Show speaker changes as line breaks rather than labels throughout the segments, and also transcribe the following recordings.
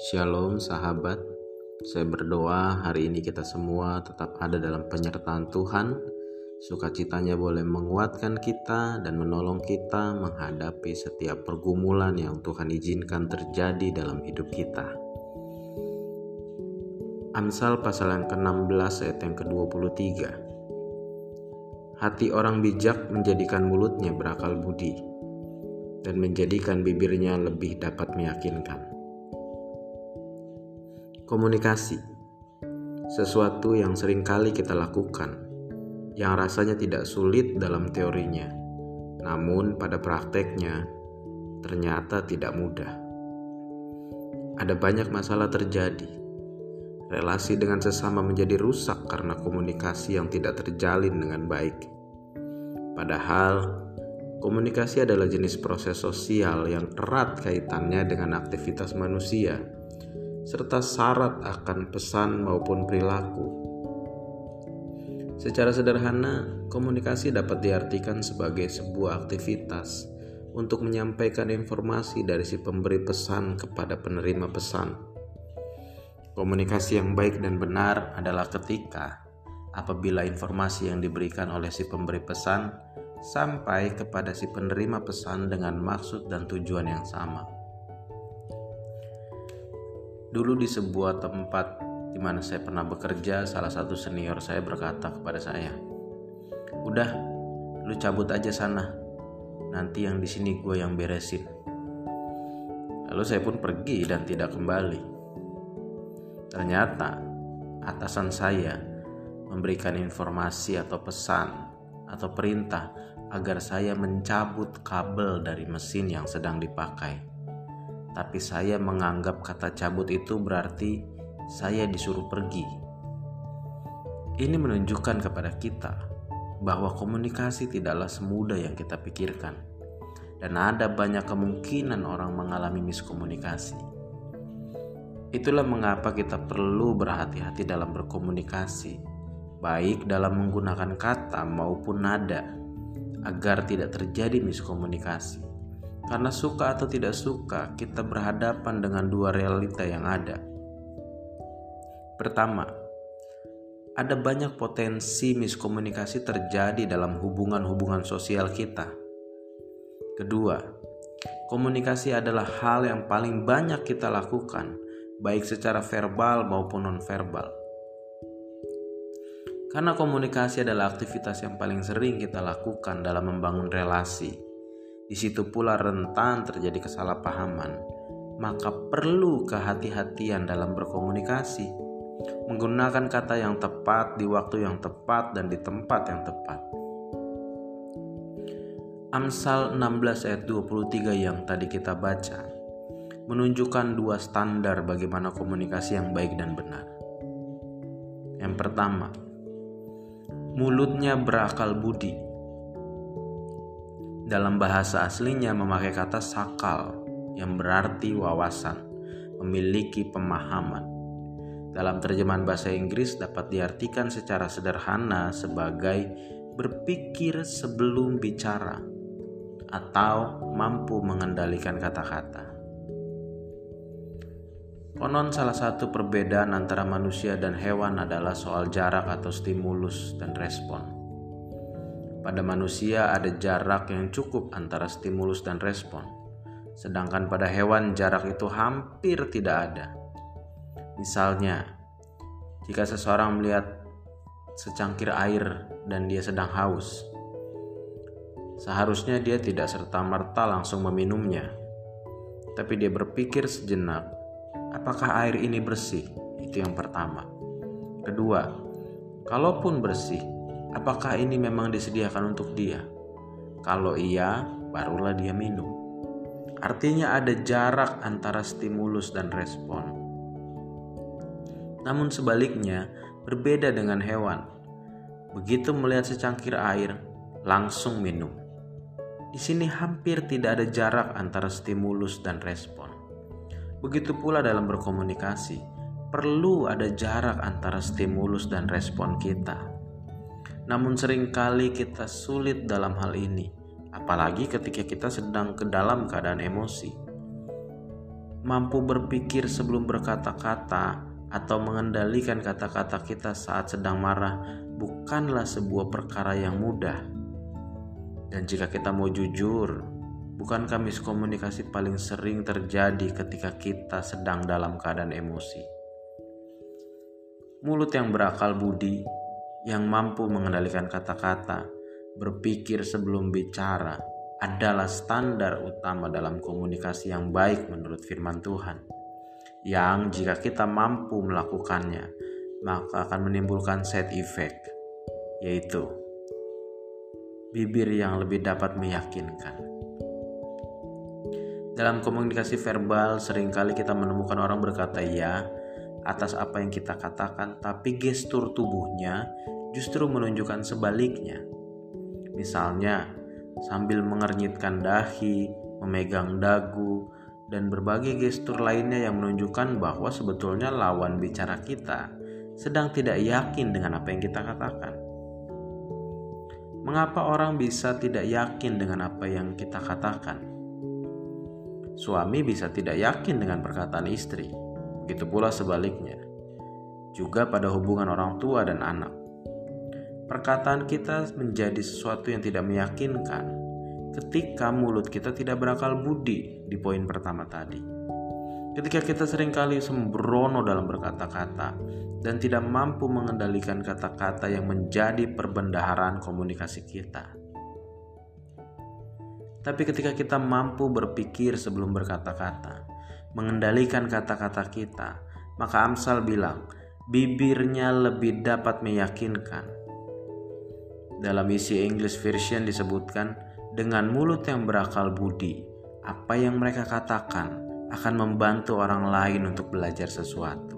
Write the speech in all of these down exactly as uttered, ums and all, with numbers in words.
Shalom sahabat, saya berdoa hari ini kita semua tetap ada dalam penyertaan Tuhan. Sukacitanya boleh menguatkan kita dan menolong kita menghadapi setiap pergumulan yang Tuhan izinkan terjadi dalam hidup kita. Amsal pasal yang ke enam belas ayat yang ke dua puluh tiga. Hati orang bijak menjadikan mulutnya berakal budi, dan menjadikan bibirnya lebih dapat meyakinkan. Komunikasi, sesuatu yang sering kali kita lakukan, yang rasanya tidak sulit dalam teorinya, namun pada prakteknya ternyata tidak mudah. Ada banyak masalah terjadi. Relasi dengan sesama menjadi rusak karena komunikasi yang tidak terjalin dengan baik. Padahal, komunikasi adalah jenis proses sosial yang erat kaitannya dengan aktivitas manusia, serta syarat akan pesan maupun perilaku. Secara sederhana, komunikasi dapat diartikan sebagai sebuah aktivitas untuk menyampaikan informasi dari si pemberi pesan kepada penerima pesan. Komunikasi yang baik dan benar adalah ketika apabila informasi yang diberikan oleh si pemberi pesan sampai kepada si penerima pesan dengan maksud dan tujuan yang sama. Dulu di sebuah tempat di mana saya pernah bekerja, salah satu senior saya berkata kepada saya, "Udah, lu cabut aja sana. Nanti yang di sini gue yang beresin." Lalu saya pun pergi dan tidak kembali. Ternyata atasan saya memberikan informasi atau pesan atau perintah agar saya mencabut kabel dari mesin yang sedang dipakai. Tapi saya menganggap kata cabut itu berarti saya disuruh pergi. Ini menunjukkan kepada kita bahwa komunikasi tidaklah semudah yang kita pikirkan, dan ada banyak kemungkinan orang mengalami miskomunikasi. Itulah mengapa kita perlu berhati-hati dalam berkomunikasi, baik dalam menggunakan kata maupun nada, agar tidak terjadi miskomunikasi. Karena suka atau tidak suka, kita berhadapan dengan dua realita yang ada. Pertama, ada banyak potensi miskomunikasi terjadi dalam hubungan-hubungan sosial kita. Kedua, komunikasi adalah hal yang paling banyak kita lakukan, baik secara verbal maupun non-verbal. Karena komunikasi adalah aktivitas yang paling sering kita lakukan dalam membangun relasi. Di situ pula rentan terjadi kesalahpahaman, maka perlu kehati-hatian dalam berkomunikasi, menggunakan kata yang tepat di waktu yang tepat dan di tempat yang tepat. Amsal enam belas ayat dua puluh tiga yang tadi kita baca menunjukkan dua standar bagaimana komunikasi yang baik dan benar. Yang pertama, mulutnya berakal budi. Dalam bahasa aslinya memakai kata sakal yang berarti wawasan, memiliki pemahaman. Dalam terjemahan bahasa Inggris dapat diartikan secara sederhana sebagai berpikir sebelum bicara atau mampu mengendalikan kata-kata. Konon salah satu perbedaan antara manusia dan hewan adalah soal jarak atau stimulus dan respon. Pada manusia ada jarak yang cukup antara stimulus dan respon, sedangkan pada hewan jarak itu hampir tidak ada. Misalnya, jika seseorang melihat secangkir air dan dia sedang haus, seharusnya dia tidak serta-merta langsung meminumnya, tapi dia berpikir sejenak, apakah air ini bersih? Itu yang pertama. Kedua, kalaupun bersih, apakah ini memang disediakan untuk dia? Kalau iya, barulah dia minum. Artinya ada jarak antara stimulus dan respon. Namun sebaliknya, berbeda dengan hewan. Begitu melihat secangkir air, langsung minum. Di sini hampir tidak ada jarak antara stimulus dan respon. Begitu pula dalam berkomunikasi, perlu ada jarak antara stimulus dan respon kita. Namun seringkali kita sulit dalam hal ini, apalagi ketika kita sedang ke dalam keadaan emosi. mampu berpikir sebelum berkata-kata atau mengendalikan kata-kata kita saat sedang marah bukanlah sebuah perkara yang mudah. Dan jika kita mau jujur, bukankah miskomunikasi paling sering terjadi ketika kita sedang dalam keadaan emosi? Mulut yang berakal budi, yang mampu mengendalikan kata-kata, berpikir sebelum bicara, adalah standar utama dalam komunikasi yang baik menurut firman Tuhan, yang jika kita mampu melakukannya, maka akan menimbulkan side effect, yaitu bibir yang lebih dapat meyakinkan. Dalam komunikasi verbal, seringkali kita menemukan orang berkata ya atas apa yang kita katakan, tapi gestur tubuhnya justru menunjukkan sebaliknya. Misalnya, sambil mengernyitkan dahi, memegang dagu, dan berbagai gestur lainnya yang menunjukkan bahwa sebetulnya lawan bicara kita sedang tidak yakin dengan apa yang kita katakan. Mengapa orang bisa tidak yakin dengan apa yang kita katakan? Suami bisa tidak yakin dengan perkataan istri, begitu pula sebaliknya. Juga pada hubungan orang tua dan anak. Perkataan kita menjadi sesuatu yang tidak meyakinkan ketika mulut kita tidak berakal budi di poin pertama tadi. Ketika kita seringkali sembrono dalam berkata-kata dan tidak mampu mengendalikan kata-kata yang menjadi perbendaharaan komunikasi kita. Tapi ketika kita mampu berpikir sebelum berkata-kata, mengendalikan kata-kata kita, maka Amsal bilang, bibirnya lebih dapat meyakinkan. Dalam isi English version disebutkan, dengan mulut yang berakal budi, apa yang mereka katakan akan membantu orang lain untuk belajar sesuatu.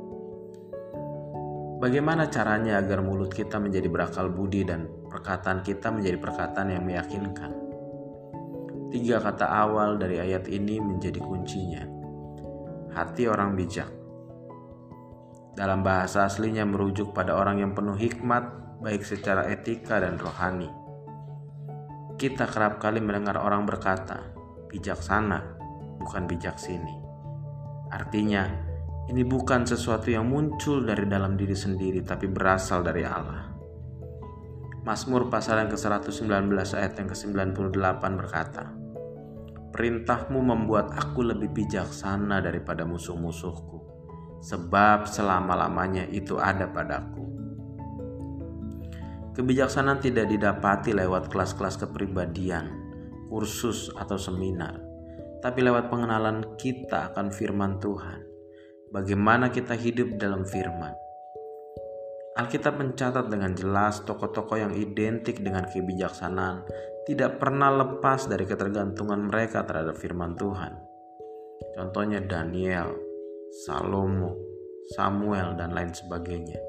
Bagaimana caranya agar mulut kita menjadi berakal budi dan perkataan kita menjadi perkataan yang meyakinkan? Tiga kata awal dari ayat ini menjadi kuncinya. Hati orang bijak. Dalam bahasa aslinya merujuk pada orang yang penuh hikmat, baik secara etika dan rohani. Kita kerap kali mendengar orang berkata, bijaksana, bukan bijaksini. Artinya, ini bukan sesuatu yang muncul dari dalam diri sendiri, tapi berasal dari Allah. Mazmur pasal yang ke seratus sembilan belas ayat yang ke sembilan puluh delapan berkata, perintahmu membuat aku lebih bijaksana daripada musuh-musuhku, sebab selama-lamanya itu ada padaku. Kebijaksanaan tidak didapati lewat kelas-kelas kepribadian, kursus atau seminar, tapi lewat pengenalan kita akan firman Tuhan. Bagaimana kita hidup dalam firman. Alkitab mencatat dengan jelas tokoh-tokoh yang identik dengan kebijaksanaan tidak pernah lepas dari ketergantungan mereka terhadap firman Tuhan. Contohnya Daniel, Salomo, Samuel, dan lain sebagainya.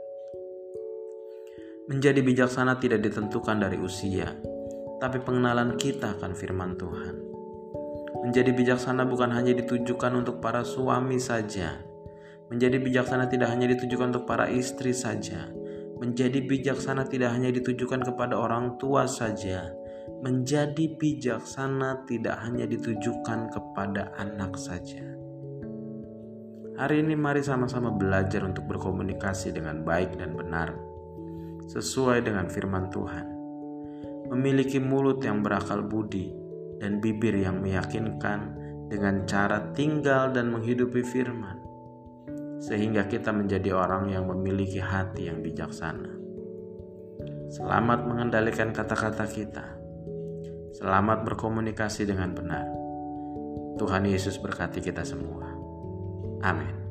Menjadi bijaksana tidak ditentukan dari usia, tapi pengenalan kita akan firman Tuhan. Menjadi bijaksana bukan hanya ditujukan untuk para suami saja. Menjadi bijaksana tidak hanya ditujukan untuk para istri saja. Menjadi bijaksana tidak hanya ditujukan kepada orang tua saja. Menjadi bijaksana tidak hanya ditujukan kepada anak saja. Hari ini mari sama-sama belajar untuk berkomunikasi dengan baik dan benar, sesuai dengan firman Tuhan, memiliki mulut yang berakal budi dan bibir yang meyakinkan dengan cara tinggal dan menghidupi firman, sehingga kita menjadi orang yang memiliki hati yang bijaksana. Selamat mengendalikan kata-kata kita. Selamat berkomunikasi dengan benar. Tuhan Yesus berkati kita semua. Amin.